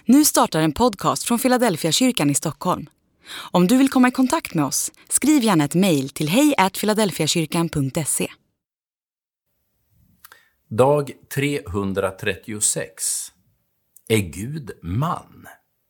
Nu startar en podcast från Philadelphia kyrkan i Stockholm. Om du vill komma i kontakt med oss, skriv gärna ett mejl till hej@philadelphiakyrkan.se. Dag 336. Är Gud man?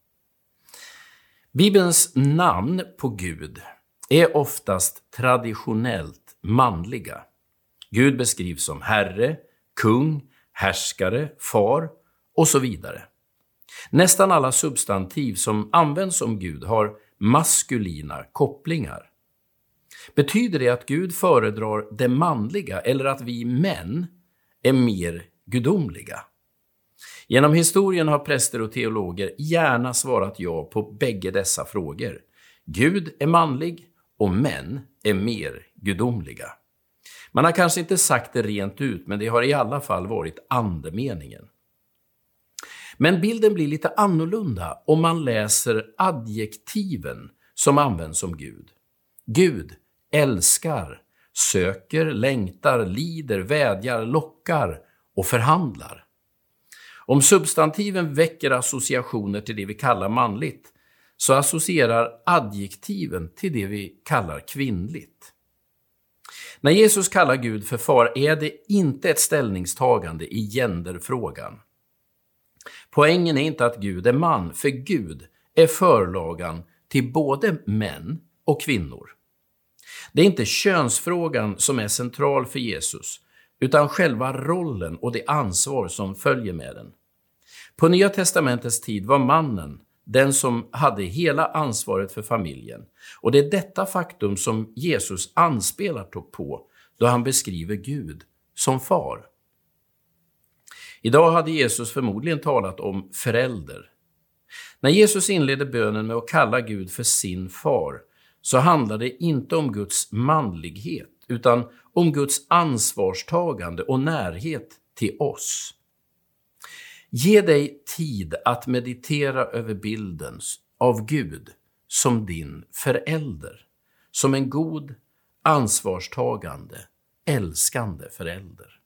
Bibelns namn på Gud är oftast traditionellt manliga. Gud beskrivs som Herre, kung, härskare, far och så vidare. Nästan alla substantiv som används om Gud har maskulina kopplingar. Betyder det att Gud föredrar det manliga eller att vi män är mer gudomliga? Genom historien har präster och teologer gärna svarat ja på bägge dessa frågor. Gud är manlig och män är mer gudomliga. Man har kanske inte sagt det rent ut, men det har i alla fall varit andemeningen. Men bilden blir lite annorlunda om man läser adjektiven som används om Gud. Gud älskar, söker, längtar, lider, vädjar, lockar och förhandlar. Om substantiven väcker associationer till det vi kallar manligt, så associerar adjektiven till det vi kallar kvinnligt. När Jesus kallar Gud för far är det inte ett ställningstagande i genderfrågan. Poängen är inte att Gud är man, för Gud är förlagan till både män och kvinnor. Det är inte könsfrågan som är central för Jesus, utan själva rollen och det ansvar som följer med den. På Nya testamentets tid var mannen den som hade hela ansvaret för familjen, och det är detta faktum som Jesus anspelar på då han beskriver Gud som far. Idag hade Jesus förmodligen talat om förälder. När Jesus inledde bönen med att kalla Gud för sin far, så handlade det inte om Guds manlighet, utan om Guds ansvarstagande och närhet till oss. Ge dig tid att meditera över bilden av Gud som din förälder, som en god, ansvarstagande, älskande förälder.